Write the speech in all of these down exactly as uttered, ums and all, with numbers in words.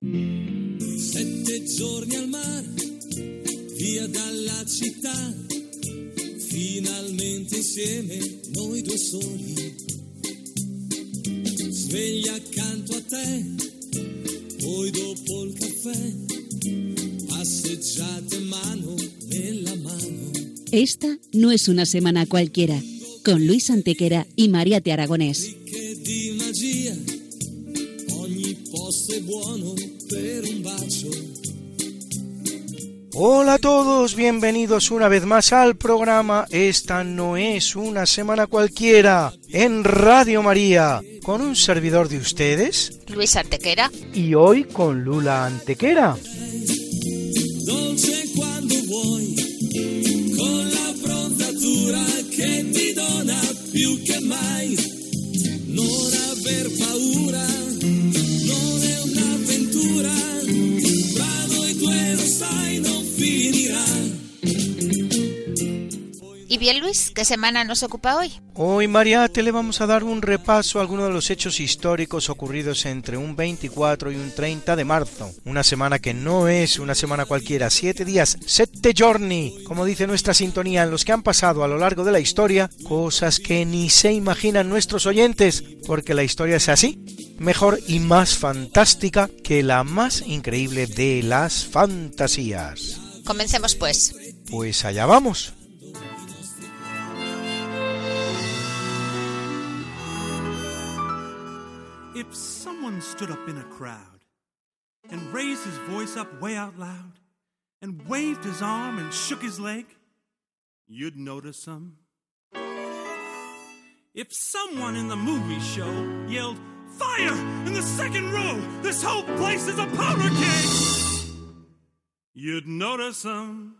Sette giorni al mare, via dalla città, finalmente insieme noi due soli. Sveglia accanto a te, poi dopo il caffè, passeggiate mano nella mano. Esta no es una semana cualquiera, con Luis Antequera y Mariate Aragonés. Ricche di magia, ogni posto è buono per un bacio. Hola a todos, bienvenidos una vez más al programa Esta no es una semana cualquiera, en Radio María, con un servidor de ustedes, Luis Antequera, y hoy con Lula Antequera. Dolce quando vuoi, con la prontatura che ti dona più che mai. Non aver paura, non è un'avventura, tra noi due lo sai non finirà. Y bien, Luis, ¿qué semana nos ocupa hoy? Hoy, Mariate, le vamos a dar un repaso a algunos de los hechos históricos ocurridos entre un veinticuatro y un treinta de marzo. Una semana que no es una semana cualquiera, siete días, sette giorni, como dice nuestra sintonía, en los que han pasado a lo largo de la historia cosas que ni se imaginan nuestros oyentes, porque la historia es así, mejor y más fantástica que la más increíble de las fantasías. Comencemos pues. Pues allá vamos. If someone stood up in a crowd and raised his voice up way out loud and waved his arm and shook his leg, you'd notice him. If someone in the movie show yelled, "Fire! In the second row! This whole place is a powder keg!" you'd notice him.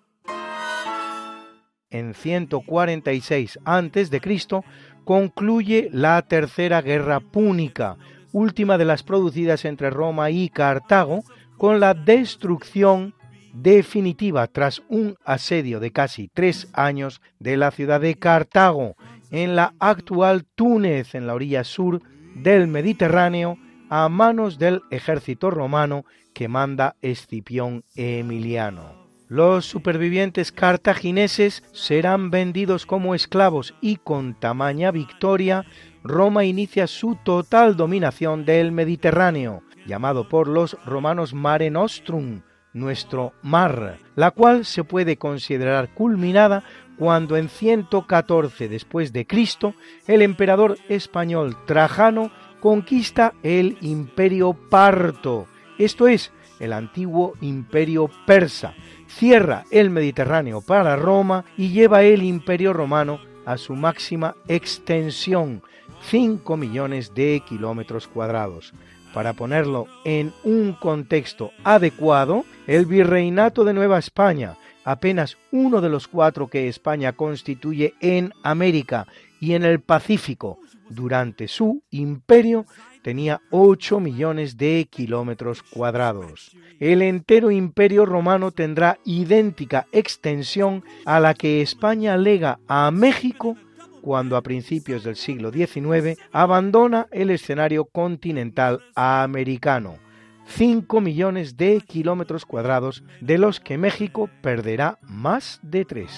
En ciento cuarenta y seis antes de Cristo concluye la Tercera Guerra Púnica, última de las producidas entre Roma y Cartago, con la destrucción definitiva tras un asedio de casi tres años de la ciudad de Cartago, en la actual Túnez, en la orilla sur del Mediterráneo, a manos del ejército romano que manda Escipión Emiliano. Los supervivientes cartagineses serán vendidos como esclavos y con tamaña victoria, Roma inicia su total dominación del Mediterráneo, llamado por los romanos Mare Nostrum, nuestro mar, la cual se puede considerar culminada cuando en ciento catorce después de Cristo el emperador español Trajano conquista el Imperio Parto, esto es, el antiguo Imperio Persa, cierra el Mediterráneo para Roma y lleva el Imperio Romano a su máxima extensión, cinco millones de kilómetros cuadrados. Para ponerlo en un contexto adecuado, el Virreinato de Nueva España, apenas uno de los cuatro que España constituye en América y en el Pacífico, durante su imperio, tenía ocho millones de kilómetros cuadrados. El entero Imperio Romano tendrá idéntica extensión a la que España lega a México cuando a principios del siglo diecinueve abandona el escenario continental americano. cinco millones de kilómetros cuadrados, de los que México perderá más de tres.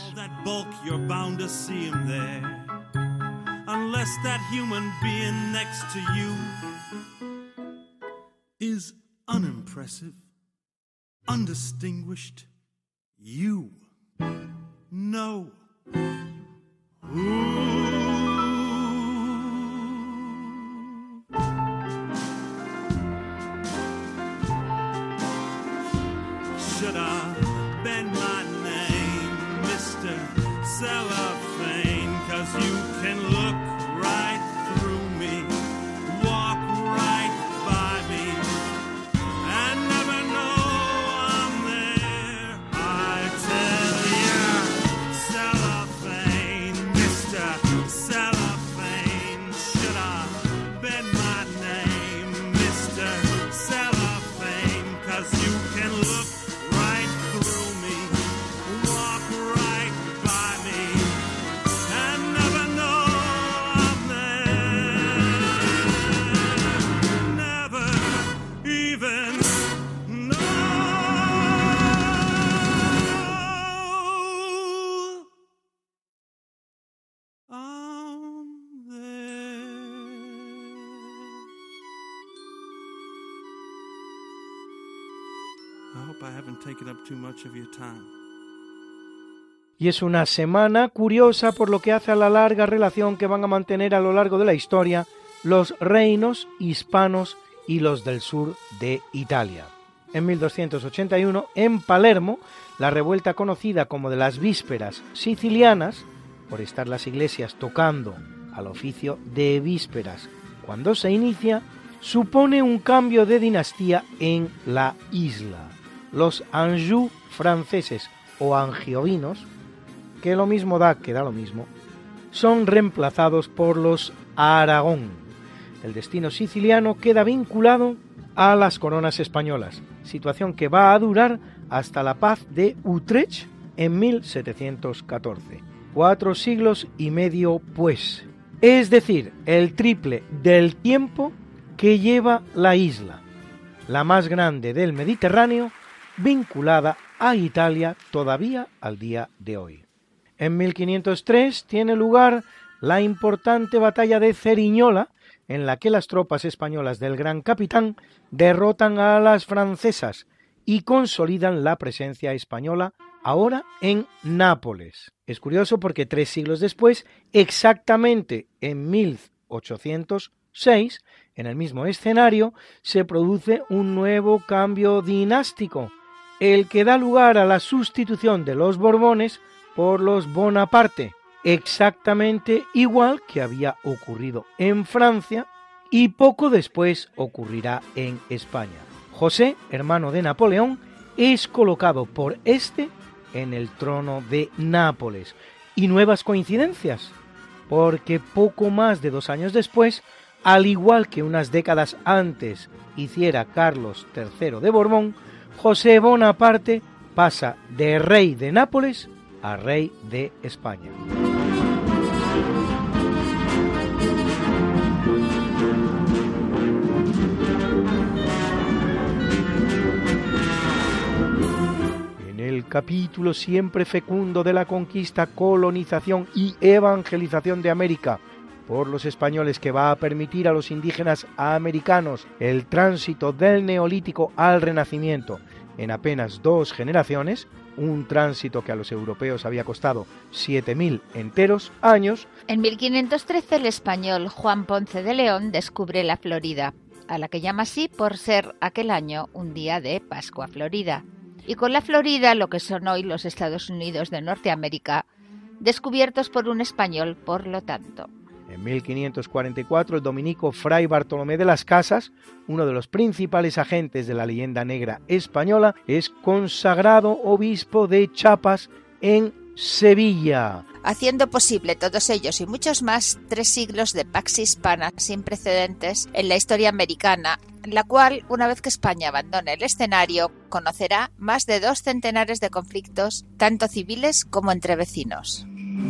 Unless that human being next to you is unimpressive, undistinguished, you know who. Should I bend my name, Mister Cellophane, 'cause you can look right through me, walk right by me, and never know I'm there. I tell ya, Cellophane, Mister Cellophane, should I bend my name, Mister Cellophane, 'cause you can look right I hope I haven't taken up too much of your time. Y es una semana curiosa por lo que hace a la larga relación que van a mantener a lo largo de la historia los reinos hispanos y los del sur de Italia. En mil doscientos ochenta y uno, en Palermo, la revuelta conocida como de las vísperas sicilianas, por estar las iglesias tocando al oficio de vísperas cuando se inicia, supone un cambio de dinastía en la isla. Los Anjou franceses o angiovinos, que lo mismo da que da lo mismo, son reemplazados por los Aragón. El destino siciliano queda vinculado a las coronas españolas, situación que va a durar hasta la paz de Utrecht en mil setecientos catorce. Cuatro siglos y medio, pues. Es decir, el triple del tiempo que lleva la isla, la más grande del Mediterráneo, vinculada a Italia todavía al día de hoy. En mil quinientos tres tiene lugar la importante batalla de Ceriñola, en la que las tropas españolas del Gran Capitán derrotan a las francesas y consolidan la presencia española ahora en Nápoles. Es curioso porque tres siglos después, exactamente en mil ochocientos seis, en el mismo escenario, se produce un nuevo cambio dinástico, el que da lugar a la sustitución de los Borbones por los Bonaparte, exactamente igual que había ocurrido en Francia y poco después ocurrirá en España. José, hermano de Napoleón, es colocado por este en el trono de Nápoles. Y nuevas coincidencias, porque poco más de dos años después, al igual que unas décadas antes hiciera Carlos tercero de Borbón, José Bonaparte pasa de rey de Nápoles a rey de España. Capítulo siempre fecundo de la conquista, colonización y evangelización de América por los españoles, que va a permitir a los indígenas americanos el tránsito del Neolítico al Renacimiento en apenas dos generaciones, un tránsito que a los europeos había costado siete mil enteros años. En mil quinientos trece el español Juan Ponce de León descubre la Florida, a la que llama así por ser aquel año un día de Pascua Florida. Y con la Florida, lo que son hoy los Estados Unidos de Norteamérica, descubiertos por un español, por lo tanto. En mil quinientos cuarenta y cuatro, el dominico Fray Bartolomé de las Casas, uno de los principales agentes de la leyenda negra española, es consagrado obispo de Chiapas en Sevilla, haciendo posible todos ellos y muchos más tres siglos de Pax Hispana sin precedentes en la historia americana, la cual, una vez que España abandone el escenario, conocerá más de dos centenares de conflictos, tanto civiles como entre vecinos.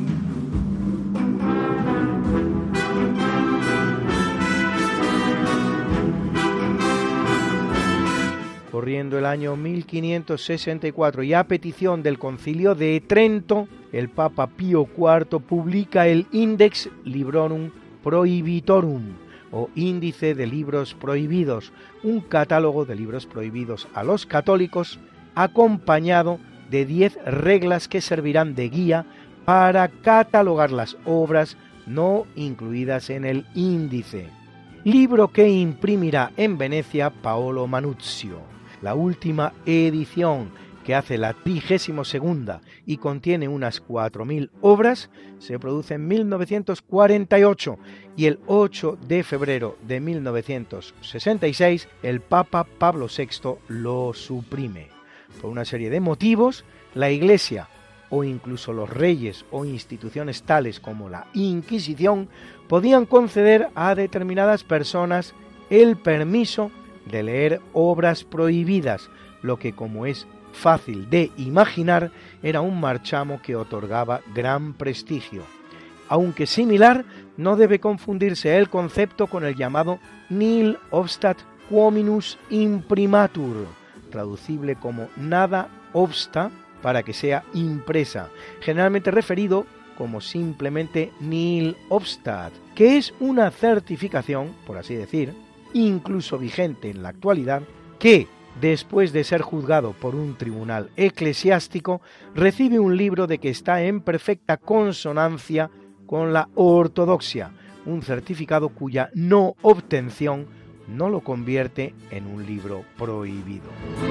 Corriendo el año mil quinientos sesenta y cuatro y a petición del Concilio de Trento, el Papa Pío cuarto publica el Index Librorum Prohibitorum, o Índice de Libros Prohibidos, un catálogo de libros prohibidos a los católicos, acompañado de diez reglas que servirán de guía para catalogar las obras no incluidas en el índice. Libro que imprimirá en Venecia Paolo Manuzio. La última edición, que hace la trigésima segunda y contiene unas cuatro mil obras, se produce en mil novecientos cuarenta y ocho y el ocho de febrero de mil novecientos sesenta y seis el Papa Pablo sexto lo suprime. Por una serie de motivos, la Iglesia o incluso los reyes o instituciones tales como la Inquisición podían conceder a determinadas personas el permiso de leer obras prohibidas, lo que, como es fácil de imaginar, era un marchamo que otorgaba gran prestigio. Aunque similar, no debe confundirse el concepto con el llamado nihil obstat quominus imprimatur, traducible como nada obsta para que sea impresa, generalmente referido como simplemente nihil obstat, que es una certificación, por así decir, incluso vigente en la actualidad, que, después de ser juzgado por un tribunal eclesiástico, recibe un libro de que está en perfecta consonancia con la ortodoxia, un certificado cuya no obtención no lo convierte en un libro prohibido.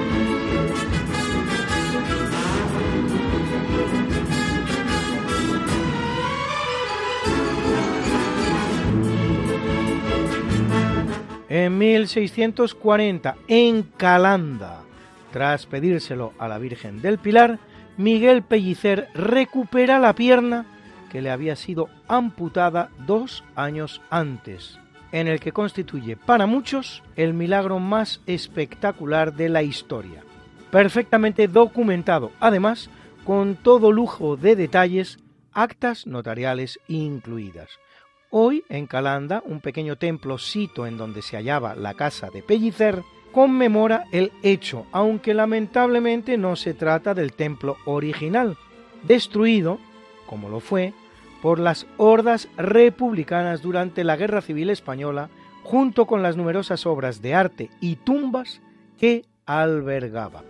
En mil seiscientos cuarenta, en Calanda, tras pedírselo a la Virgen del Pilar, Miguel Pellicer recupera la pierna que le había sido amputada dos años antes, en el que constituye para muchos el milagro más espectacular de la historia. Perfectamente documentado, además, con todo lujo de detalles, actas notariales incluidas. Hoy, en Calanda, un pequeño templo sito en donde se hallaba la casa de Pellicer, conmemora el hecho, aunque lamentablemente no se trata del templo original, destruido, como lo fue, por las hordas republicanas durante la Guerra Civil Española, junto con las numerosas obras de arte y tumbas que albergaba.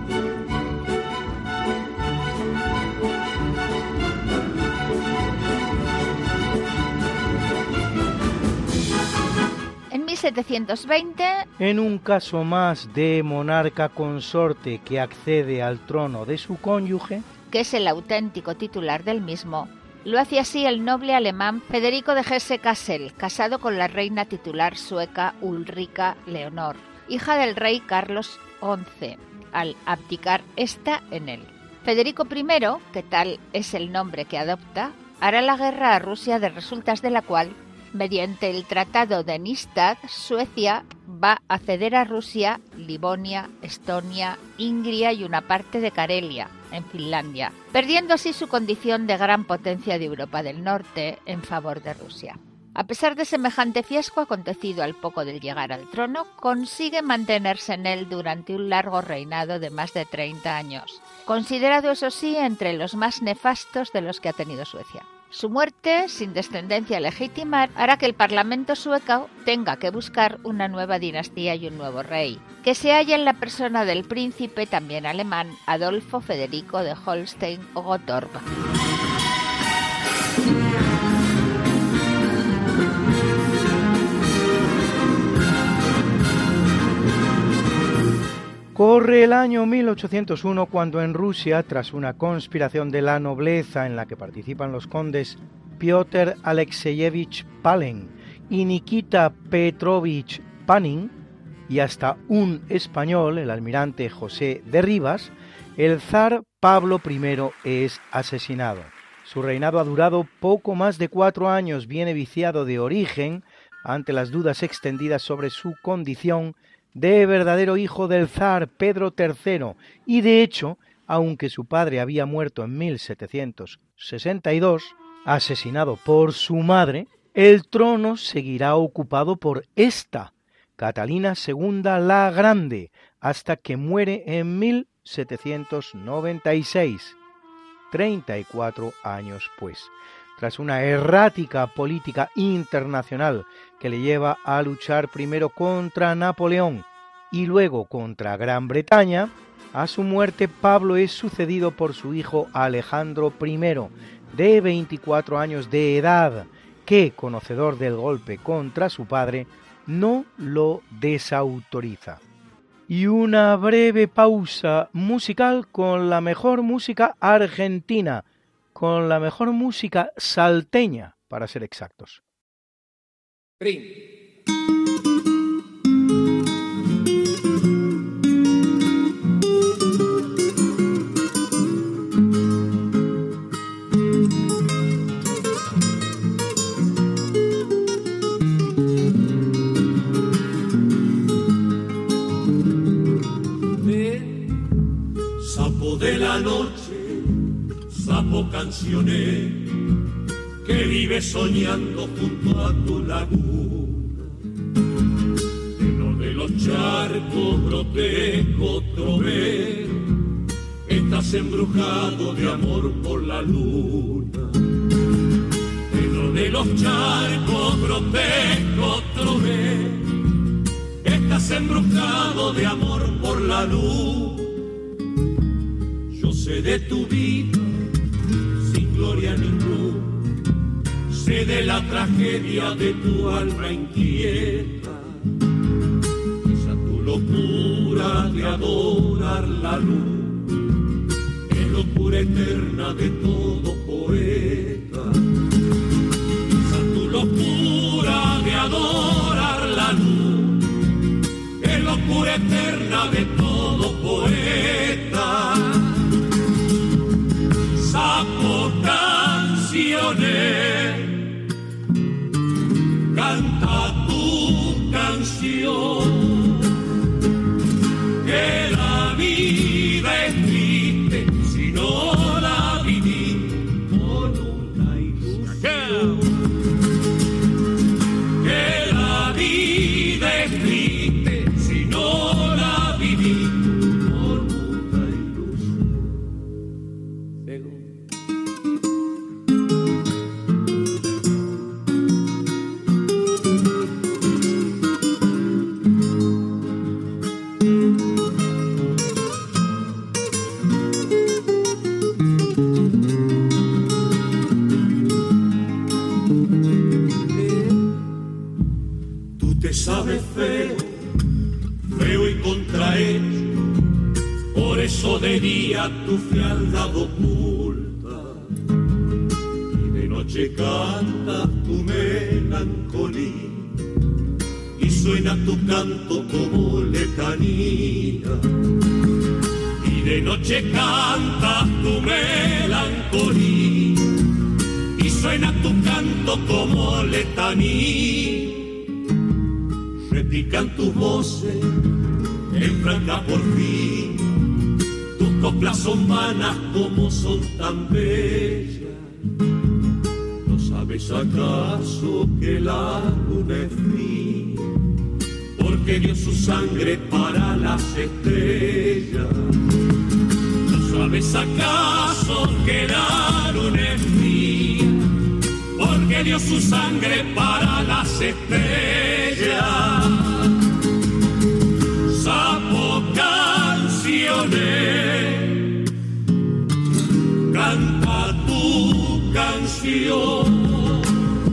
En mil setecientos veinte, en un caso más de monarca consorte que accede al trono de su cónyuge, que es el auténtico titular del mismo, lo hacía así el noble alemán Federico de Hesse-Kassel, casado con la reina titular sueca Ulrika Leonor, hija del rey Carlos once, al abdicar esta en él. Federico primero, que tal es el nombre que adopta, hará la guerra a Rusia, de resultas de la cual, mediante el Tratado de Nystad, Suecia va a ceder a Rusia Livonia, Estonia, Ingria y una parte de Karelia, en Finlandia, perdiendo así su condición de gran potencia de Europa del Norte en favor de Rusia. A pesar de semejante fiasco acontecido al poco del llegar al trono, consigue mantenerse en él durante un largo reinado de más de treinta años, considerado eso sí entre los más nefastos de los que ha tenido Suecia. Su muerte, sin descendencia legítima, hará que el Parlamento sueco tenga que buscar una nueva dinastía y un nuevo rey, que se halla en la persona del príncipe también alemán Adolfo Federico de Holstein-Gottorp. Corre el año mil ochocientos uno cuando en Rusia, tras una conspiración de la nobleza en la que participan los condes Piotr Alexeyevich Palen y Nikita Petrovich Panin, y hasta un español, el almirante José de Rivas, el zar Pablo primero es asesinado. Su reinado ha durado poco más de cuatro años, viene viciado de origen ante las dudas extendidas sobre su condición de verdadero hijo del zar Pedro tercero, y de hecho, aunque su padre había muerto en mil setecientos sesenta y dos, asesinado por su madre, el trono seguirá ocupado por esta, Catalina segunda la Grande, hasta que muere en mil setecientos noventa y seis, treinta y cuatro años pues. Tras una errática política internacional que le lleva a luchar primero contra Napoleón y luego contra Gran Bretaña, a su muerte Pablo es sucedido por su hijo Alejandro primero, de veinticuatro años de edad, que, conocedor del golpe contra su padre, no lo desautoriza. Y una breve pausa musical con la mejor música argentina, con la mejor música salteña, para ser exactos. Prim. Sapo de la noche, sapo cancioné, que vive soñando junto a tu laguna. Lleno de los charcos grotejo trovero, estás embrujado de amor por la luna. Lleno de los charcos grotejo trovero, estás has embrujado de amor por la luz. Yo sé de tu vida sin gloria ninguna, sé de la tragedia de tu alma inquieta, esa tu locura de adorar la luz, es locura eterna de todo poeta. Esa tu locura de adorar la luz, es locura eterna de todo poeta. Saco canciones, canta tu canción, que la vida es triste si no la viví con una ilusión, que la vida es triste si no la viví con una ilusión. Según sabes feo, feo y contrahecho, por eso de día tu frialdad oculta, y de noche canta tu melancolía, y suena tu canto como letanía, y de noche canta tu melancolía, y suena tu canto como letanía. Repican tus voces en franca porfía, tus coplas son vanas como son tan bellas. ¿No sabes acaso que la luna es fría? Porque dio su sangre para las estrellas. ¿No sabes acaso que la luna es fría? Porque dio su sangre para las estrellas. Sapo canciones, canta tu canción,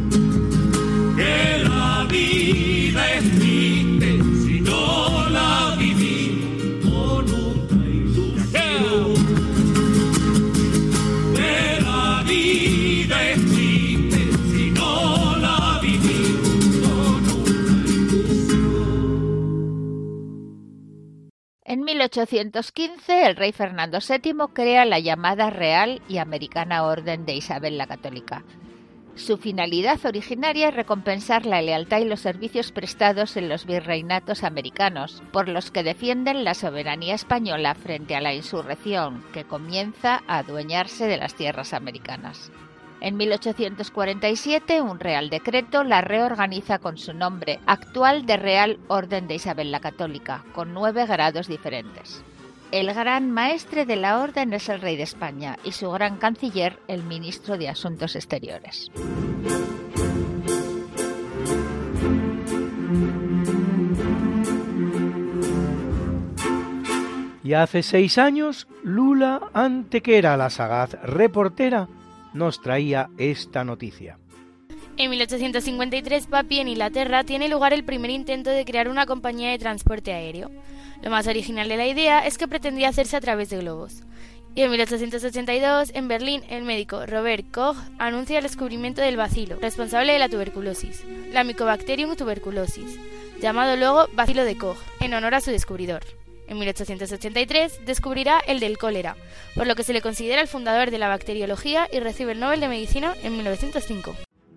que la vida es triste si no la viví con una ilusión, que la vida es triste si no la viví con una ilusión. En mil ochocientos quince, el rey Fernando séptimo crea la llamada Real y Americana Orden de Isabel la Católica. Su finalidad originaria es recompensar la lealtad y los servicios prestados en los virreinatos americanos, por los que defienden la soberanía española frente a la insurrección, que comienza a adueñarse de las tierras americanas. En mil ochocientos cuarenta y siete, un real decreto la reorganiza con su nombre actual de Real Orden de Isabel la Católica, con nueve grados diferentes. El gran maestre de la orden es el rey de España y su gran canciller, el ministro de Asuntos Exteriores. Y hace seis años, Lula Antequera, la sagaz reportera, nos traía esta noticia. En mil ochocientos cincuenta y tres, Papi, en Inglaterra, tiene lugar el primer intento de crear una compañía de transporte aéreo. Lo más original de la idea es que pretendía hacerse a través de globos. Y en mil ochocientos ochenta y dos, en Berlín, el médico Robert Koch anuncia el descubrimiento del bacilo, responsable de la tuberculosis, la Mycobacterium tuberculosis, llamado luego bacilo de Koch, en honor a su descubridor. En mil ochocientos ochenta y tres descubrirá el del cólera, por lo que se le considera el fundador de la bacteriología y recibe el Nobel de Medicina en mil novecientos cinco.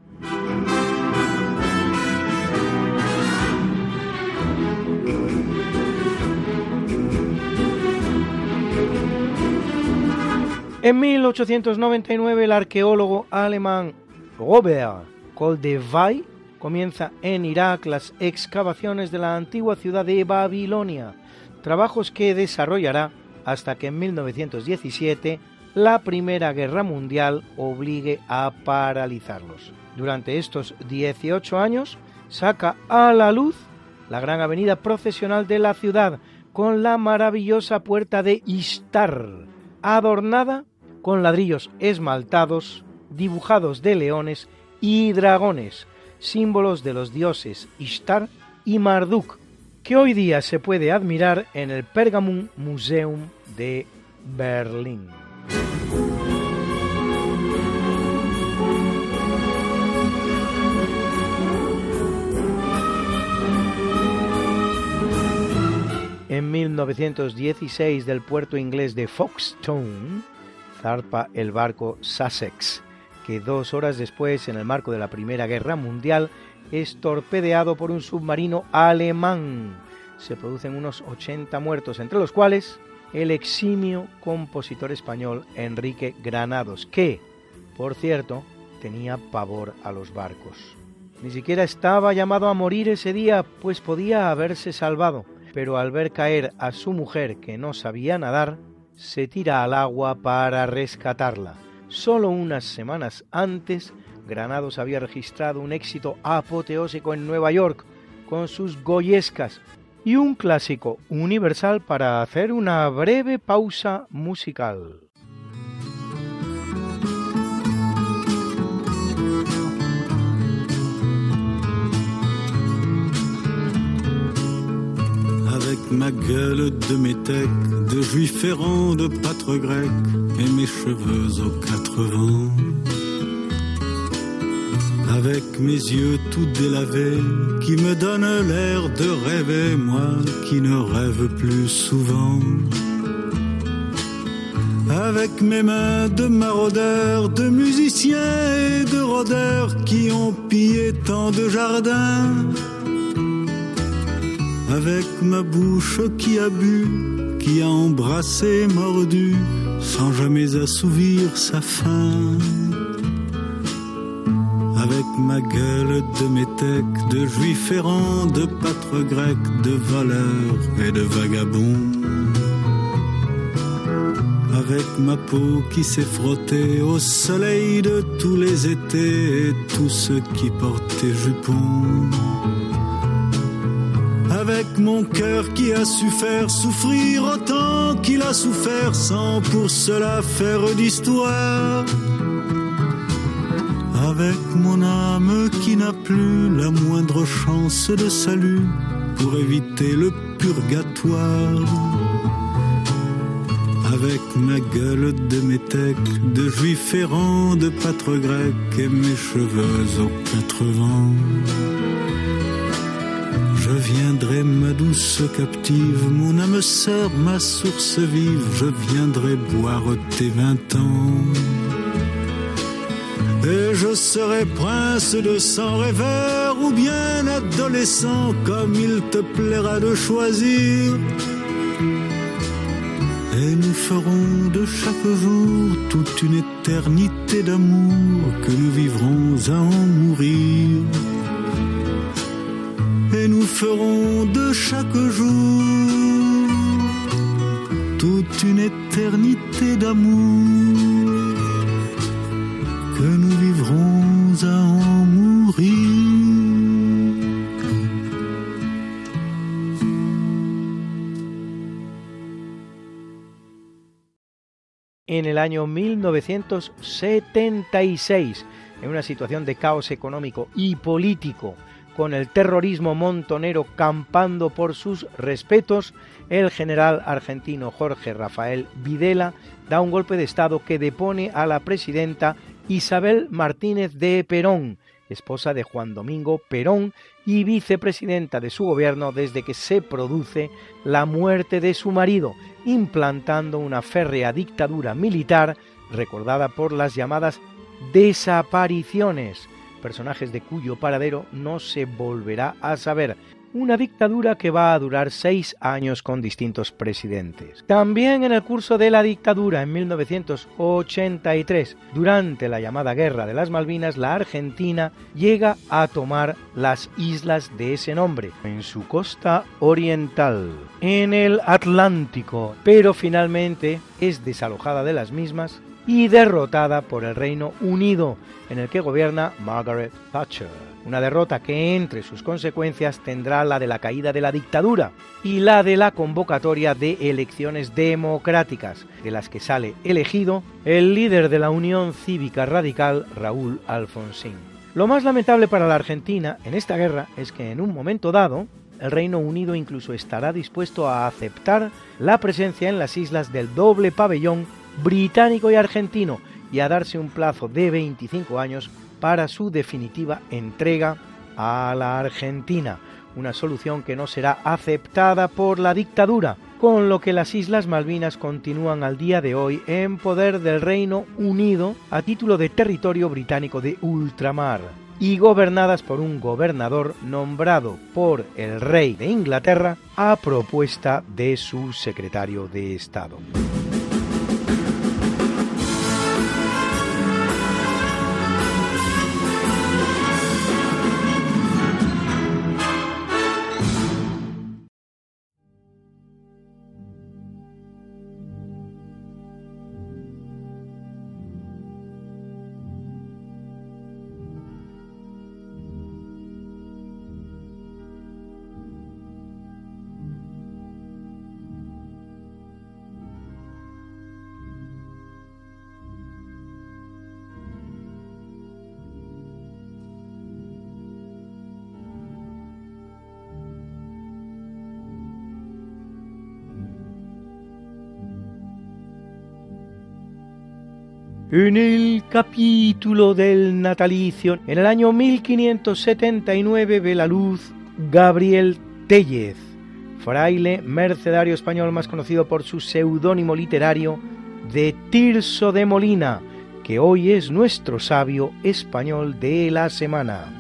En mil ochocientos noventa y nueve, el arqueólogo alemán Robert Koldewey comienza en Irak las excavaciones de la antigua ciudad de Babilonia, trabajos que desarrollará hasta que en mil novecientos diecisiete la Primera Guerra Mundial obligue a paralizarlos. Durante estos dieciocho años saca a la luz la gran avenida procesional de la ciudad, con la maravillosa puerta de Ishtar, adornada con ladrillos esmaltados, dibujados de leones y dragones, símbolos de los dioses Ishtar y Marduk, que hoy día se puede admirar en el Pergamon Museum de Berlín. En mil novecientos dieciséis, del puerto inglés de Folkestone zarpa el barco Sussex, que dos horas después, en el marco de la Primera Guerra Mundial, es torpedeado por un submarino alemán. Se producen unos ochenta muertos, entre los cuales el eximio compositor español Enrique Granados, que, por cierto, tenía pavor a los barcos. Ni siquiera estaba llamado a morir ese día, pues podía haberse salvado, pero al ver caer a su mujer, que no sabía nadar, se tira al agua para rescatarla. Solo unas semanas antes, Granados había registrado un éxito apoteósico en Nueva York con sus Goyescas, y un clásico universal para hacer una breve pausa musical. Avec ma gueule de métèque, de juif errant, de pâtre grec, et mes cheveux aux quatre vents. Avec mes yeux tout délavés, qui me donnent l'air de rêver, moi qui ne rêve plus souvent. Avec mes mains de maraudeurs, de musiciens et de rôdeurs, qui ont pillé tant de jardins. Avec ma bouche qui a bu, qui a embrassé, mordu, sans jamais assouvir sa faim. Avec ma gueule de métèque, de juif errant, de pâtre grec, de voleur et de vagabond. Avec ma peau qui s'est frottée au soleil de tous les étés et tous ceux qui portaient jupons. Avec mon cœur qui a su faire souffrir autant qu'il a souffert sans pour cela faire d'histoire. Avec mon âme qui n'a plus la moindre chance de salut pour éviter le purgatoire. Avec ma gueule de métèque, de juif errant, de pâtre grec et mes cheveux aux quatre vents. Je viendrai, ma douce captive, mon âme sœur, ma source vive, je viendrai boire tes vingt ans. Et je serai prince de sang rêveur ou bien adolescent, comme il te plaira de choisir. Et nous ferons de chaque jour toute une éternité d'amour que nous vivrons à en mourir. Et nous ferons de chaque jour toute une éternité d'amour que nous vivrons à en mourir. En el año mil novecientos setenta y seis, en una situación de caos económico y político, con el terrorismo montonero campando por sus respetos, el general argentino Jorge Rafael Videla da un golpe de Estado que depone a la presidenta Isabel Martínez de Perón, esposa de Juan Domingo Perón y vicepresidenta de su gobierno desde que se produce la muerte de su marido, implantando una férrea dictadura militar recordada por las llamadas desapariciones, personajes de cuyo paradero no se volverá a saber. Una dictadura que va a durar seis años con distintos presidentes. También en el curso de la dictadura, en mil novecientos ochenta y tres, durante la llamada Guerra de las Malvinas, la Argentina llega a tomar las islas de ese nombre, en su costa oriental, en el Atlántico, pero finalmente es desalojada de las mismas y derrotada por el Reino Unido, en el que gobierna Margaret Thatcher. Una derrota que entre sus consecuencias tendrá la de la caída de la dictadura y la de la convocatoria de elecciones democráticas, de las que sale elegido el líder de la Unión Cívica Radical, Raúl Alfonsín. Lo más lamentable para la Argentina en esta guerra es que en un momento dado el Reino Unido incluso estará dispuesto a aceptar la presencia en las islas del doble pabellón británico y argentino y a darse un plazo de veinticinco años para su definitiva entrega a la Argentina, una solución que no será aceptada por la dictadura, con lo que las Islas Malvinas continúan al día de hoy en poder del Reino Unido a título de territorio británico de ultramar y gobernadas por un gobernador nombrado por el rey de Inglaterra a propuesta de su secretario de Estado. En el capítulo del natalicio, en el año mil quinientos setenta y nueve ve la luz Gabriel Téllez, fraile mercedario español más conocido por su seudónimo literario de Tirso de Molina, que hoy es nuestro sabio español de la semana.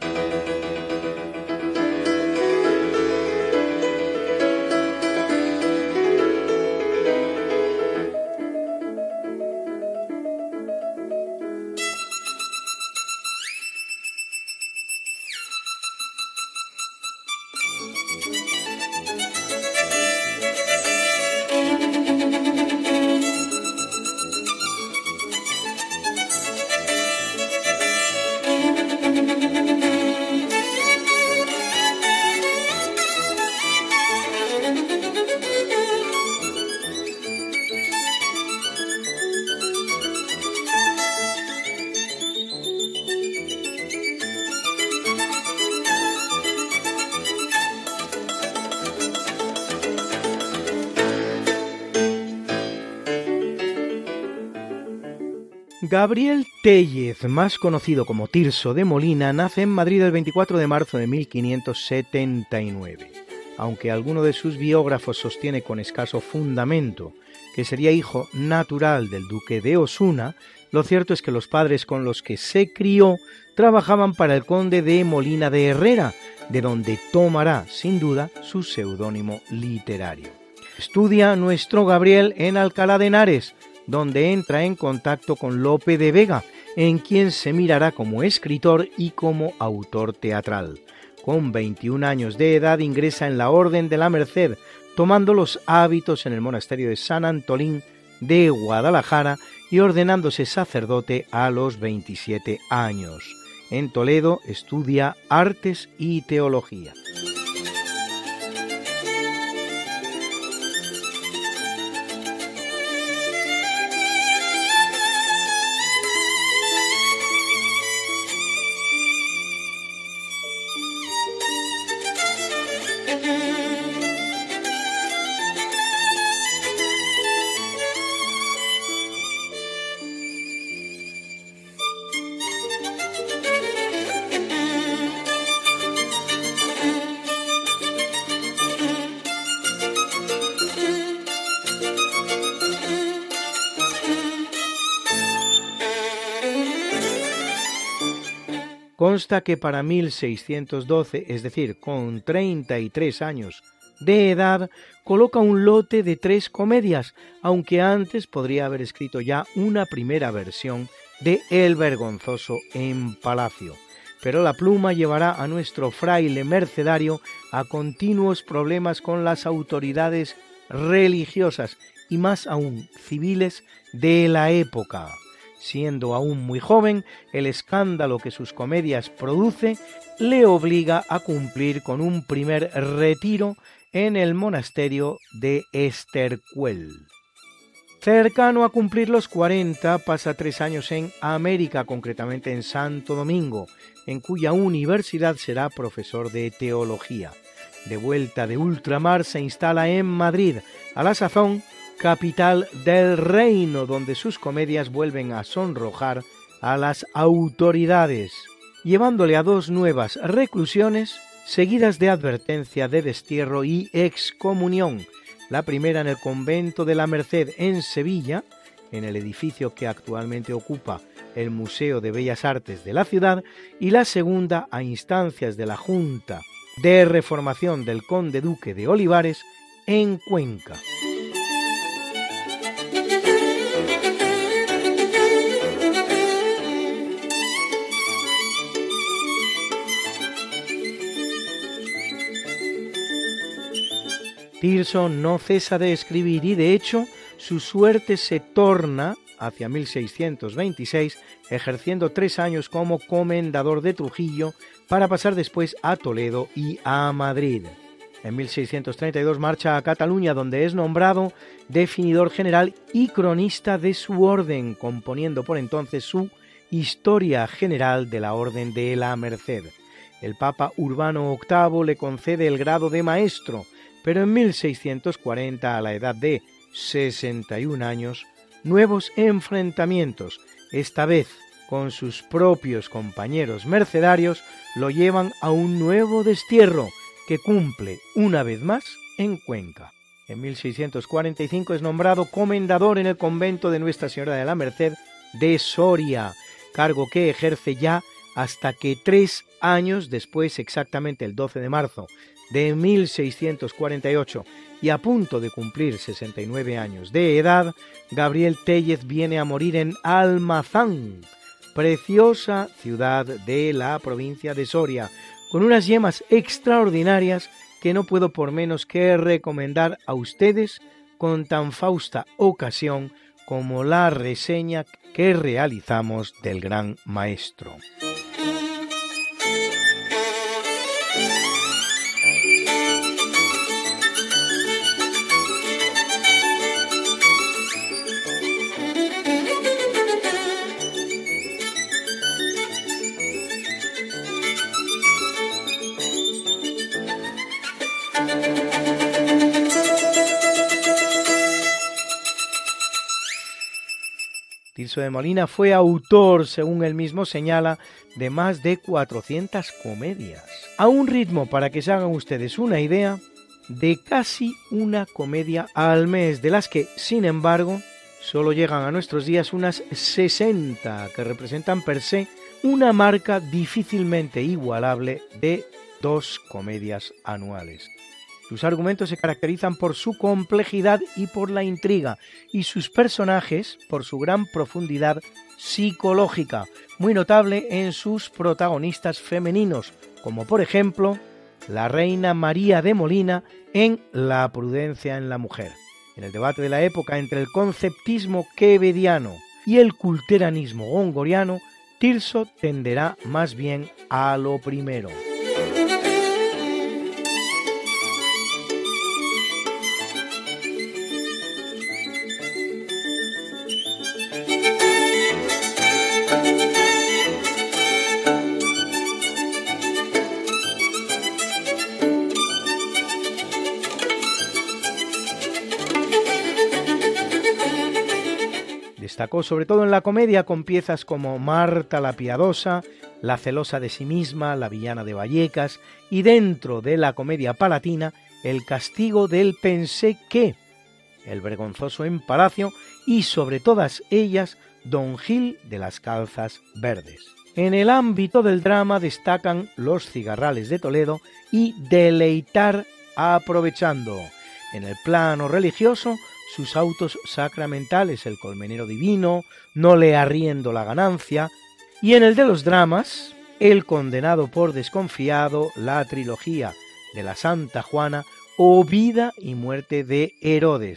Gabriel Téllez, más conocido como Tirso de Molina, nace en Madrid el veinticuatro de marzo de mil quinientos setenta y nueve. Aunque alguno de sus biógrafos sostiene con escaso fundamento que sería hijo natural del duque de Osuna, lo cierto es que los padres con los que se crió trabajaban para el conde de Molina de Herrera, de donde tomará, sin duda, su seudónimo literario. Estudia nuestro Gabriel en Alcalá de Henares, donde entra en contacto con Lope de Vega, en quien se mirará como escritor y como autor teatral. Con veintiún años de edad ingresa en la Orden de la Merced, tomando los hábitos en el monasterio de San Antolín de Guadalajara y ordenándose sacerdote a los veintisiete años. En Toledo estudia artes y teología. Consta que para mil seiscientos doce, es decir, con treinta y tres años de edad, coloca un lote de tres comedias, aunque antes podría haber escrito ya una primera versión de El Vergonzoso en Palacio. Pero la pluma llevará a nuestro fraile mercedario a continuos problemas con las autoridades religiosas y más aún civiles de la época. Siendo aún muy joven, el escándalo que sus comedias produce le obliga a cumplir con un primer retiro en el monasterio de Estercuel. Cercano a cumplir los cuarenta, pasa tres años en América, concretamente en Santo Domingo, en cuya universidad será profesor de teología. De vuelta de ultramar se instala en Madrid, a la sazón capital del reino, donde sus comedias vuelven a sonrojar a las autoridades, llevándole a dos nuevas reclusiones seguidas de advertencia de destierro y excomunión, la primera en el convento de la Merced en Sevilla, en el edificio que actualmente ocupa el Museo de Bellas Artes de la ciudad, y la segunda a instancias de la Junta de Reformación del Conde Duque de Olivares en Cuenca. Tirso no cesa de escribir y, de hecho, su suerte se torna hacia mil seiscientos veintiséis, ejerciendo tres años como comendador de Trujillo para pasar después a Toledo y a Madrid. En mil seiscientos treinta y dos marcha a Cataluña, donde es nombrado definidor general y cronista de su orden, componiendo por entonces su Historia General de la Orden de la Merced. El Papa Urbano octavo le concede el grado de maestro, pero en mil seiscientos cuarenta, a la edad de sesenta y un años, nuevos enfrentamientos, esta vez con sus propios compañeros mercedarios, lo llevan a un nuevo destierro que cumple una vez más en Cuenca. En mil seiscientos cuarenta y cinco es nombrado comendador en el convento de Nuestra Señora de la Merced de Soria, cargo que ejerce ya hasta que tres años después, exactamente el doce de marzo de mil seiscientos cuarenta y ocho, y a punto de cumplir sesenta y nueve años de edad, Gabriel Tellez viene a morir en Almazán, preciosa ciudad de la provincia de Soria, con unas yemas extraordinarias que no puedo por menos que recomendar a ustedes con tan fausta ocasión como la reseña que realizamos del gran maestro. Tirso de Molina fue autor, según él mismo señala, de más de cuatrocientas comedias, a un ritmo, para que se hagan ustedes una idea, de casi una comedia al mes, de las que, sin embargo, solo llegan a nuestros días unas sesenta, que representan per se una marca difícilmente igualable de dos comedias anuales. Sus argumentos se caracterizan por su complejidad y por la intriga, y sus personajes por su gran profundidad psicológica, muy notable en sus protagonistas femeninos, como por ejemplo la reina María de Molina en La prudencia en la mujer. En el debate de la época entre el conceptismo quevediano y el culteranismo gongoriano, Tirso tenderá más bien a lo primero. Destacó sobre todo en la comedia con piezas como Marta la Piadosa, La celosa de sí misma, La villana de Vallecas, y dentro de la comedia palatina, El castigo del pensé que, El vergonzoso en Palacio y sobre todas ellas Don Gil de las calzas verdes. En el ámbito del drama destacan Los cigarrales de Toledo y Deleitar aprovechando. En el plano religioso, sus autos sacramentales, El colmenero divino, No le arriendo la ganancia, y en el de los dramas, El condenado por desconfiado, la trilogía de la Santa Juana o Vida y muerte de Herodes.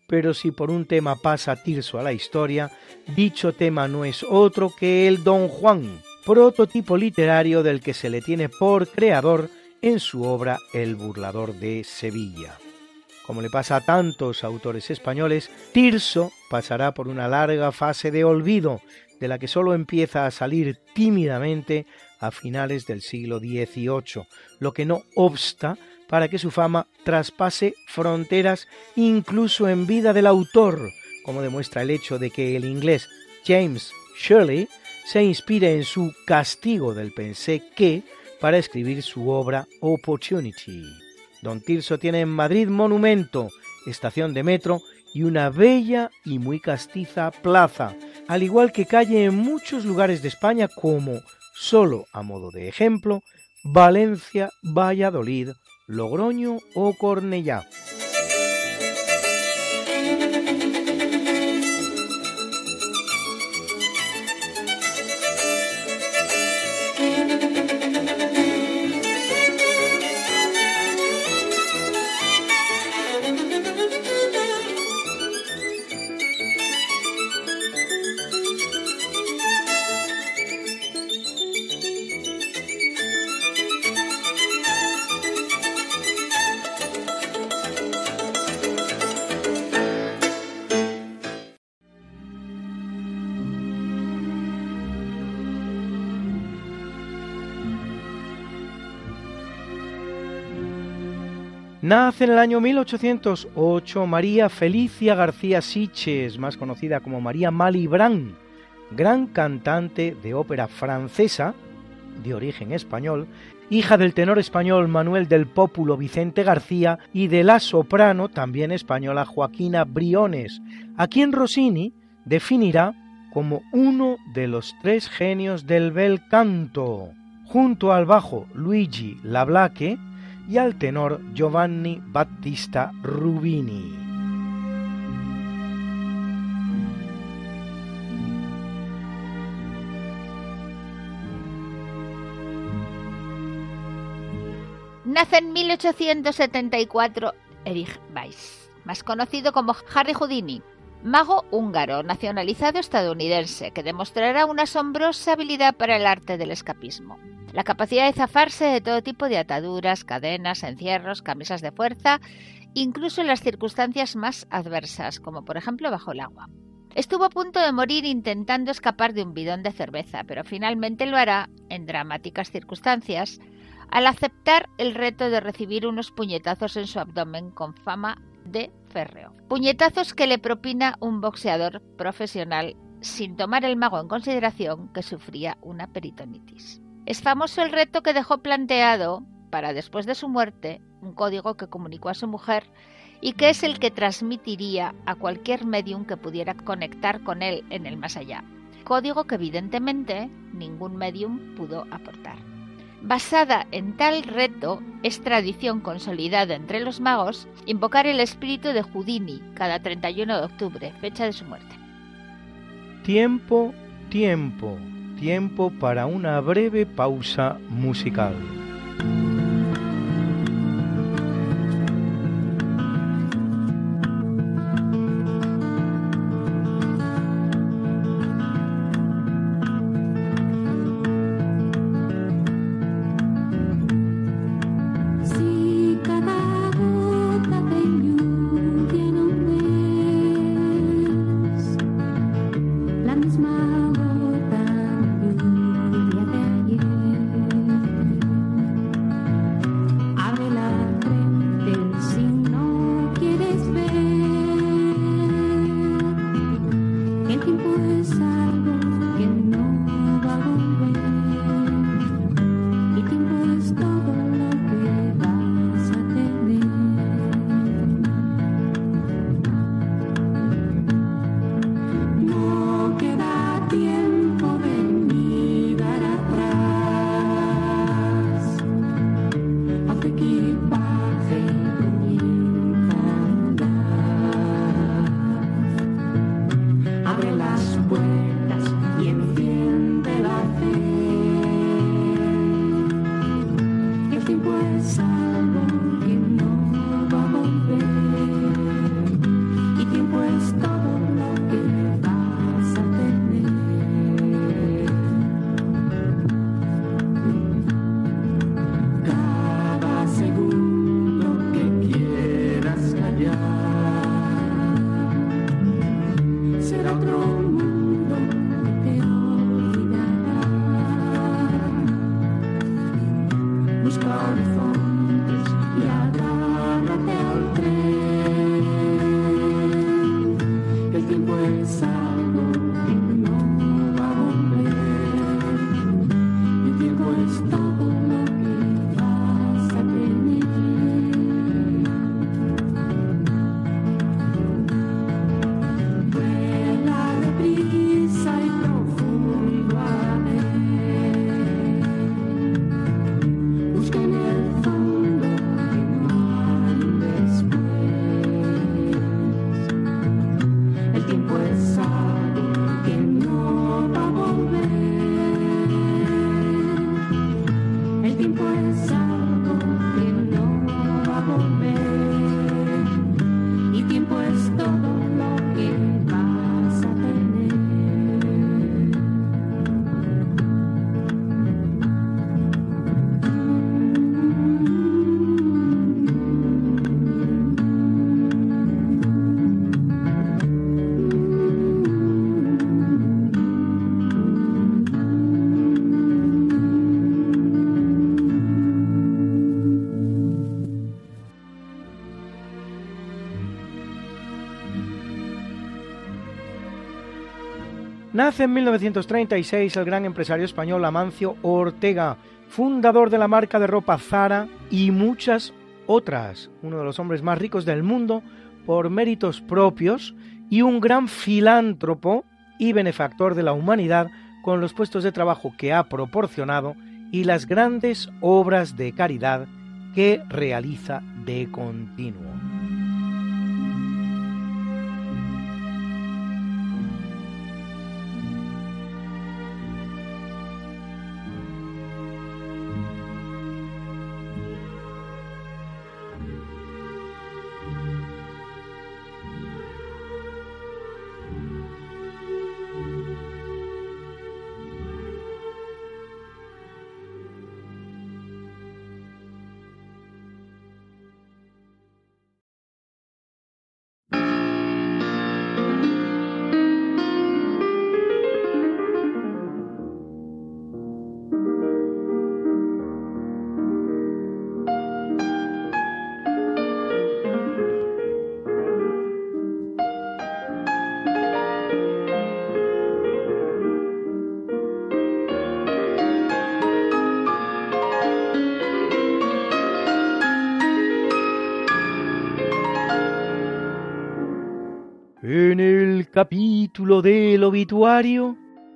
pero si por un tema pasa Tirso a la historia, dicho tema no es otro que el Don Juan, prototipo literario del que se le tiene por creador en su obra El burlador de Sevilla. Como le pasa a tantos autores españoles, Tirso pasará por una larga fase de olvido, de la que solo empieza a salir tímidamente a finales del siglo dieciocho, lo que no obsta para que su fama traspase fronteras incluso en vida del autor, como demuestra el hecho de que el inglés James Shirley se inspire en su Castigo del Pensé que para escribir su obra Opportunity. Don Tirso tiene en Madrid monumento, estación de metro y una bella y muy castiza plaza, al igual que calle en muchos lugares de España como, solo a modo de ejemplo, Valencia, Valladolid, Logroño o Cornellá. Nace en el año mil ochocientos ocho María Felicia García Siches, más conocida como María Malibran, gran cantante de ópera francesa, de origen español, hija del tenor español Manuel del Pópulo Vicente García y de la soprano, también española, Joaquina Briones, a quien Rossini definirá como uno de los tres genios del bel canto, junto al bajo Luigi Lablache y al tenor Giovanni Battista Rubini. Nace en mil ochocientos setenta y cuatro Erich Weiss, más conocido como Harry Houdini, mago húngaro nacionalizado estadounidense que demostrará una asombrosa habilidad para el arte del escapismo. La capacidad de zafarse de todo tipo de ataduras, cadenas, encierros, camisas de fuerza, incluso en las circunstancias más adversas, como por ejemplo bajo el agua. Estuvo a punto de morir intentando escapar de un bidón de cerveza, pero finalmente lo hará en dramáticas circunstancias al aceptar el reto de recibir unos puñetazos en su abdomen con fama de férreo. Puñetazos que le propina un boxeador profesional sin tomar el mago en consideración que sufría una peritonitis. Es famoso el reto que dejó planteado para después de su muerte, un código que comunicó a su mujer y que es el que transmitiría a cualquier medium que pudiera conectar con él en el más allá. Código que evidentemente ningún medium pudo aportar. Basada en tal reto, es tradición consolidada entre los magos invocar el espíritu de Houdini cada treinta y uno de octubre, fecha de su muerte. Tiempo, tiempo, tiempo para una breve pausa musical. Y Nace en mil novecientos treinta y seis el gran empresario español Amancio Ortega, fundador de la marca de ropa Zara y muchas otras, uno de los hombres más ricos del mundo por méritos propios y un gran filántropo y benefactor de la humanidad con los puestos de trabajo que ha proporcionado y las grandes obras de caridad que realiza de continuo. En el capítulo del obituario,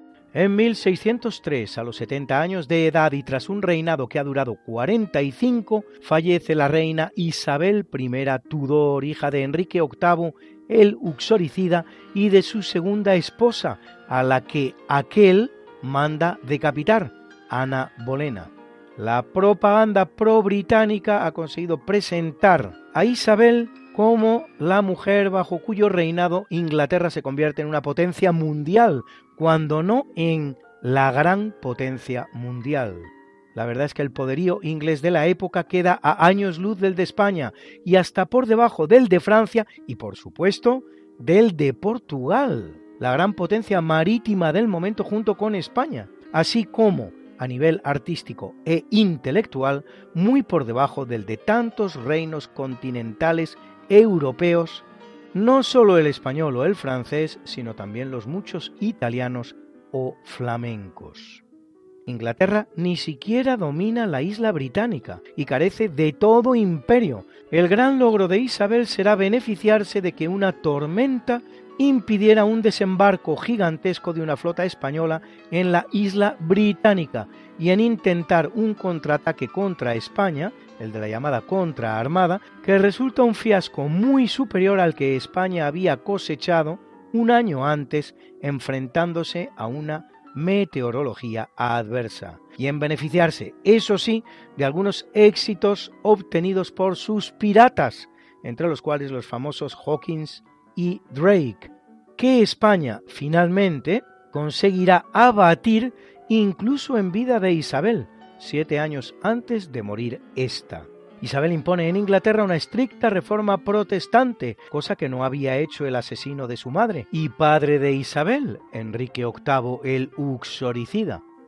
en mil seiscientos tres, a los setenta años de edad y tras un reinado que ha durado cuarenta y cinco, fallece la reina Isabel I Tudor, hija de Enrique octavo el Uxoricida y de su segunda esposa, a la que aquel manda decapitar, Ana Bolena. La propaganda pro-británica ha conseguido presentar a Isabel como la mujer bajo cuyo reinado Inglaterra se convierte en una potencia mundial, cuando no en la gran potencia mundial. La verdad es que el poderío inglés de la época queda a años luz del de España y hasta por debajo del de Francia y, por supuesto, del de Portugal, la gran potencia marítima del momento junto con España, así como, a nivel artístico e intelectual, muy por debajo del de tantos reinos continentales europeos, no solo el español o el francés, sino también los muchos italianos o flamencos. Inglaterra ni siquiera domina la isla británica y carece de todo imperio. El gran logro de Isabel será beneficiarse de que una tormenta impidiera un desembarco gigantesco de una flota española en la isla británica y en intentar un contraataque contra España, el de la llamada contraarmada, que resulta un fiasco muy superior al que España había cosechado un año antes enfrentándose a una meteorología adversa, y en beneficiarse, eso sí, de algunos éxitos obtenidos por sus piratas, entre los cuales los famosos Hawkins y Drake, que España finalmente conseguirá abatir incluso en vida de Isabel, siete años antes de morir ésta. Isabel impone en Inglaterra una estricta reforma protestante, cosa que no había hecho el asesino de su madre y padre de Isabel, Enrique octavo el Uxoricida,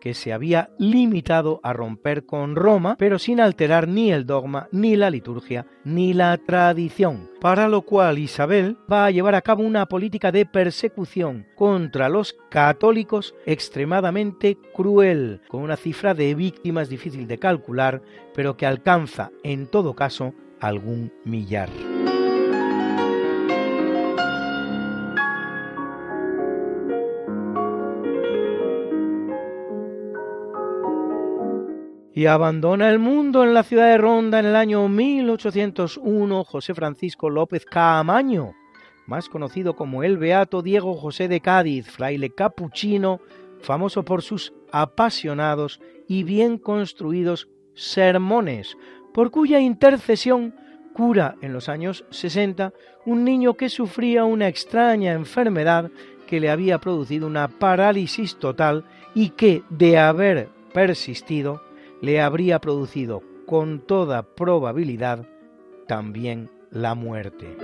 que se había limitado a romper con Roma, pero sin alterar ni el dogma, ni la liturgia, ni la tradición, para lo cual Isabel va a llevar a cabo una política de persecución contra los católicos extremadamente cruel, con una cifra de víctimas difícil de calcular, pero que alcanza, en todo caso, algún millar. Y abandona el mundo en la ciudad de Ronda en el año mil ochocientos uno José Francisco López Caamaño, más conocido como el Beato Diego José de Cádiz, fraile capuchino, famoso por sus apasionados y bien construidos sermones, por cuya intercesión cura en los años sesenta un niño que sufría una extraña enfermedad que le había producido una parálisis total y que, de haber persistido, le habría producido con toda probabilidad también la muerte.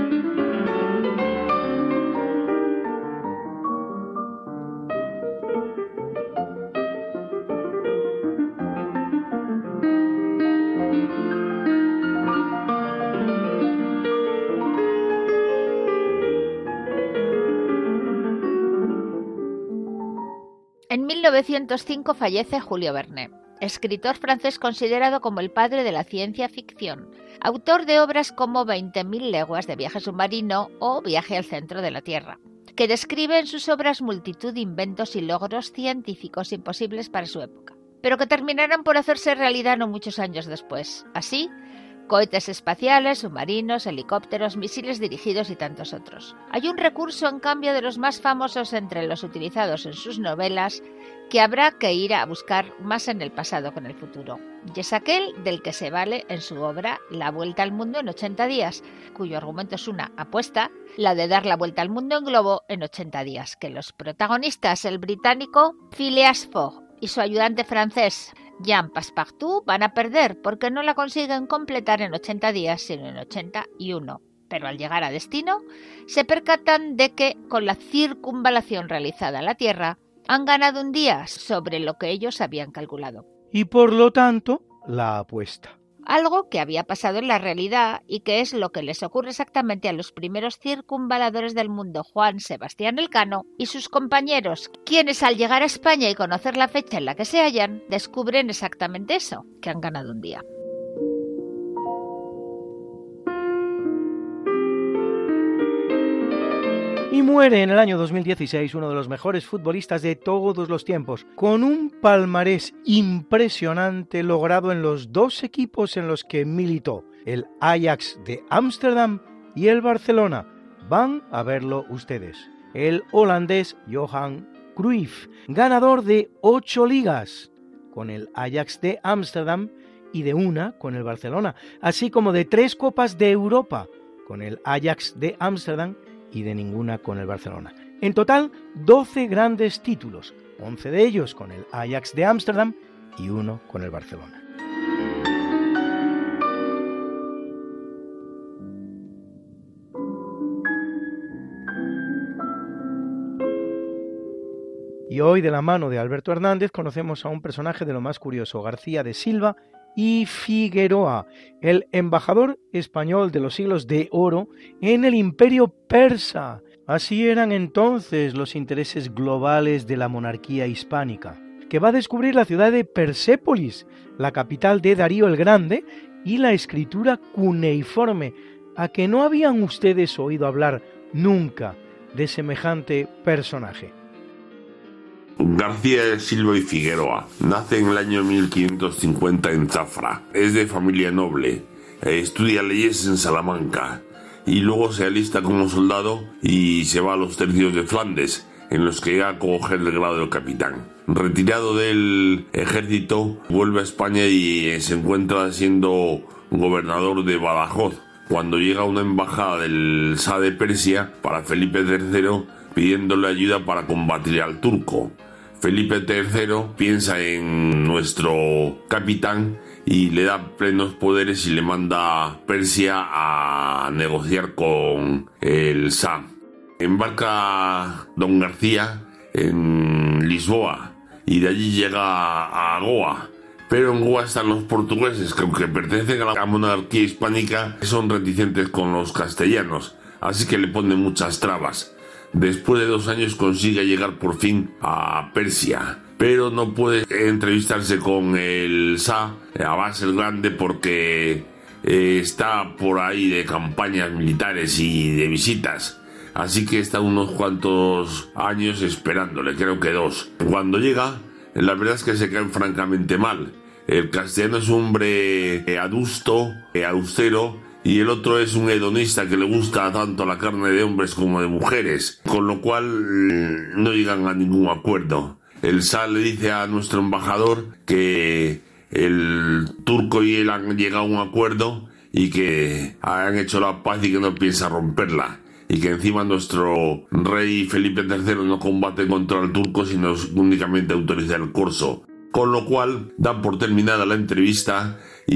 En mil novecientos cinco fallece Julio Verne, escritor francés considerado como el padre de la ciencia ficción, autor de obras como veinte mil leguas de viaje submarino o Viaje al centro de la Tierra, que describe en sus obras multitud de inventos y logros científicos imposibles para su época, pero que terminarán por hacerse realidad no muchos años después. Así, cohetes espaciales, submarinos, helicópteros, misiles dirigidos y tantos otros. Hay un recurso, en cambio, de los más famosos entre los utilizados en sus novelas, que habrá que ir a buscar más en el pasado que en el futuro. Y es aquel del que se vale en su obra La Vuelta al Mundo en ochenta días, cuyo argumento es una apuesta, la de dar la vuelta al mundo en globo en ochenta días, que los protagonistas, el británico Phileas Fogg y su ayudante francés Jean Passepartout, van a perder porque no la consiguen completar en ochenta días, sino en ochenta y uno. Pero al llegar a destino, se percatan de que, con la circunvalación realizada a la Tierra, han ganado un día sobre lo que ellos habían calculado. Y por lo tanto, la apuesta. Algo que había pasado en la realidad y que es lo que les ocurre exactamente a los primeros circunvaladores del mundo, Juan Sebastián Elcano y sus compañeros, quienes al llegar a España y conocer la fecha en la que se hallan, descubren exactamente eso, que han ganado un día. Y muere en el año dos mil dieciséis uno de los mejores futbolistas de todos los tiempos, con un palmarés impresionante logrado en los dos equipos en los que militó, el Ajax de Ámsterdam y el Barcelona. Van a verlo ustedes. El holandés Johan Cruyff, ganador de ocho ligas con el Ajax de Ámsterdam y de una con el Barcelona, así como de tres Copas de Europa con el Ajax de Ámsterdam y de ninguna con el Barcelona. En total, doce grandes títulos, once de ellos con el Ajax de Ámsterdam y uno con el Barcelona. Y hoy, de la mano de Alberto Hernández, conocemos a un personaje de lo más curioso, García de Silva y Figueroa, el embajador español de los siglos de oro en el Imperio Persa. Así eran entonces los intereses globales de la monarquía hispánica, que va a descubrir la ciudad de Persépolis, la capital de Darío el Grande, y la escritura cuneiforme. ¿A que no habían ustedes oído hablar nunca de semejante personaje? García de Silva y Figueroa nace en el año mil quinientos cincuenta en Zafra. Es de familia noble, estudia leyes en Salamanca y luego se alista como soldado y se va a los tercios de Flandes, en los que llega a coger el grado de capitán. Retirado del ejército, vuelve a España y se encuentra siendo gobernador de Badajoz, cuando llega una embajada del Shah de Persia para Felipe tercero pidiéndole ayuda para combatir al turco. Felipe tercero piensa en nuestro capitán y le da plenos poderes y le manda a Persia a negociar con el Shah. Embarca don García en Lisboa y de allí llega a, a Goa. Pero en Goa están los portugueses, que aunque pertenecen a la monarquía hispánica, son reticentes con los castellanos, así que le ponen muchas trabas. Después de dos años consigue llegar por fin a Persia, pero no puede entrevistarse con el Shah Abbas el Grande porque eh, está por ahí de campañas militares y de visitas. Así que está unos cuantos años esperándole, creo que dos. Cuando llega, la verdad es que se caen francamente mal. El castellano es un hombre adusto, austero, y el otro es un hedonista que le gusta tanto la carne de hombres como de mujeres, con lo cual no llegan a ningún acuerdo. El Shah le dice a nuestro embajador que el turco y él han llegado a un acuerdo y que han hecho la paz y que no piensa romperla, y que encima nuestro rey Felipe tercero no combate contra el turco sino únicamente autoriza el corso. Con lo cual dan por terminada la entrevista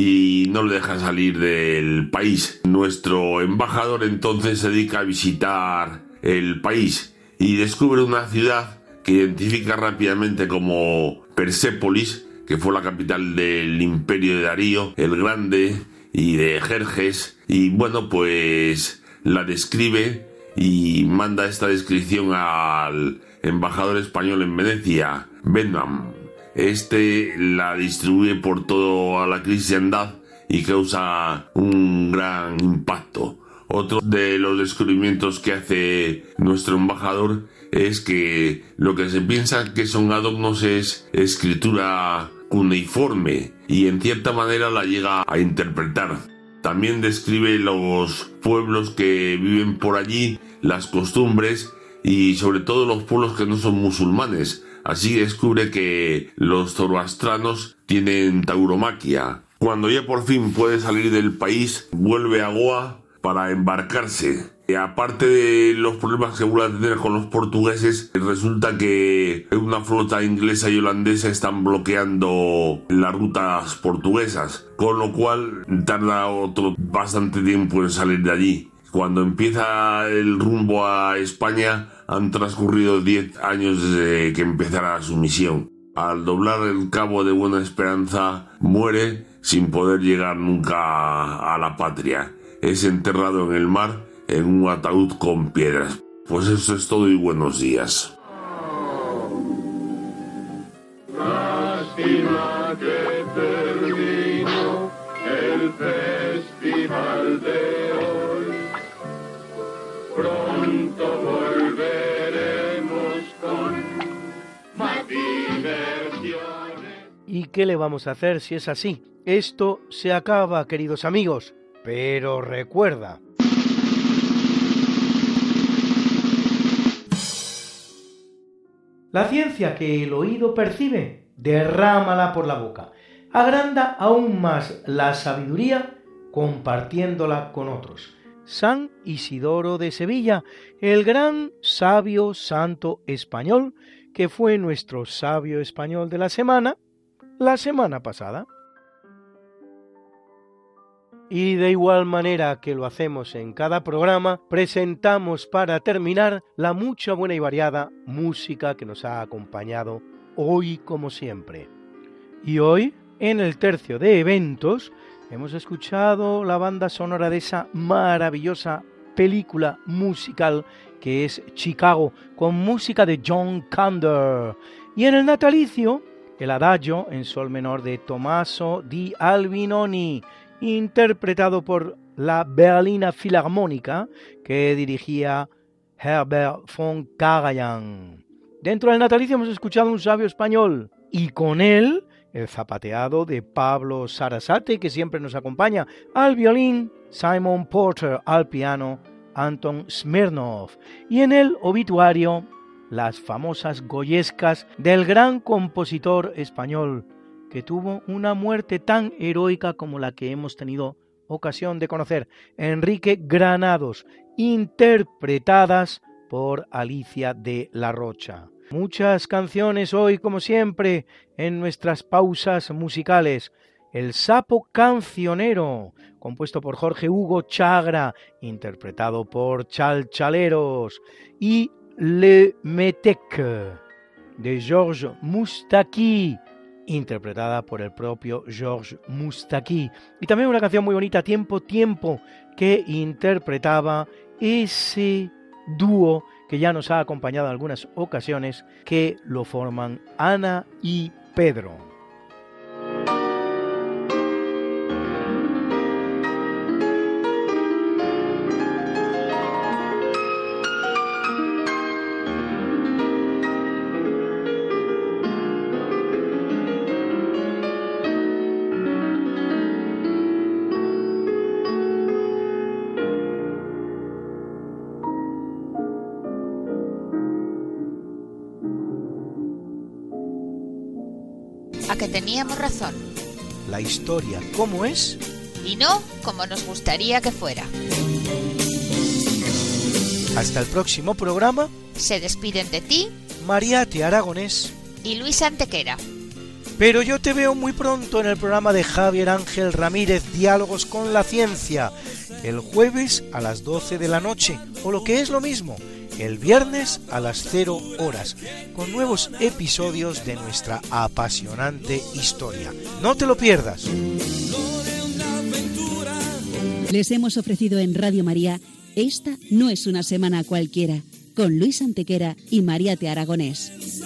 y no le dejan salir del país. Nuestro embajador entonces se dedica a visitar el país y descubre una ciudad que identifica rápidamente como Persépolis, que fue la capital del imperio de Darío el Grande y de Jerjes, y bueno, pues la describe y manda esta descripción al embajador español en Venecia, Benham. Este la distribuye por toda la cristiandad y causa un gran impacto. Otro de los descubrimientos que hace nuestro embajador es que lo que se piensa que son adornos es escritura cuneiforme y en cierta manera la llega a interpretar. También describe los pueblos que viven por allí, las costumbres y sobre todo los pueblos que no son musulmanes. Así descubre que los zoroastranos tienen tauromaquia. Cuando ya por fin puede salir del país, vuelve a Goa para embarcarse. Y aparte de los problemas que vuelve a tener con los portugueses, resulta que una flota inglesa y holandesa están bloqueando las rutas portuguesas, con lo cual tarda otro bastante tiempo en salir de allí. Cuando empieza el rumbo a España, han transcurrido diez años desde que empezara su misión. Al doblar el cabo de Buena Esperanza, muere sin poder llegar nunca a la patria. Es enterrado en el mar en un ataúd con piedras. Pues eso es todo y buenos días. Lástima que terminó el festival de hoy. Pronto volveremos con más diversiones. ¿Y qué le vamos a hacer si es así? Esto se acaba, queridos amigos. Pero recuerda, la ciencia que el oído percibe, derrámala por la boca. Agranda aún más la sabiduría compartiéndola con otros. San Isidoro de Sevilla, el gran sabio santo español, que fue nuestro sabio español de la semana, la semana pasada. Y de igual manera que lo hacemos en cada programa, presentamos para terminar la mucha, buena y variada música que nos ha acompañado hoy como siempre. Y hoy, en el tercio de eventos, hemos escuchado la banda sonora de esa maravillosa película musical que es Chicago, con música de John Kander. Y en el natalicio, el adagio en sol menor de Tommaso di Albinoni, interpretado por la Berliner Filarmónica que dirigía Herbert von Karajan. Dentro del natalicio hemos escuchado un sabio español y con él el zapateado de Pablo Sarasate, que siempre nos acompaña, al violín Simon Porter, al piano Anton Smirnov, y en el obituario las famosas goyescas del gran compositor español que tuvo una muerte tan heroica como la que hemos tenido ocasión de conocer, Enrique Granados, interpretadas por Alicia de la Rocha. Muchas canciones hoy, como siempre, en nuestras pausas musicales. El sapo cancionero, compuesto por Jorge Hugo Chagra, interpretado por Chalchaleros, y Le Metec, de Georges Moustaki, interpretada por el propio Georges Moustaki. Y también una canción muy bonita, Tiempo, Tiempo, que interpretaba ese dúo que ya nos ha acompañado en algunas ocasiones, que lo forman Ana y Pedro. A que teníamos razón. La historia, ¿cómo es? Y no como nos gustaría que fuera. Hasta el próximo programa. Se despiden de ti Mariate Aragonés y Luis Antequera. Pero yo te veo muy pronto en el programa de Javier Ángel Ramírez, Diálogos con la Ciencia, el jueves a las doce de la noche, o lo que es lo mismo, el viernes a las cero horas, con nuevos episodios de nuestra apasionante historia. No te lo pierdas. Les hemos ofrecido en Radio María Esta no es una semana cualquiera, con Luis Antequera y Mariate Aragonés.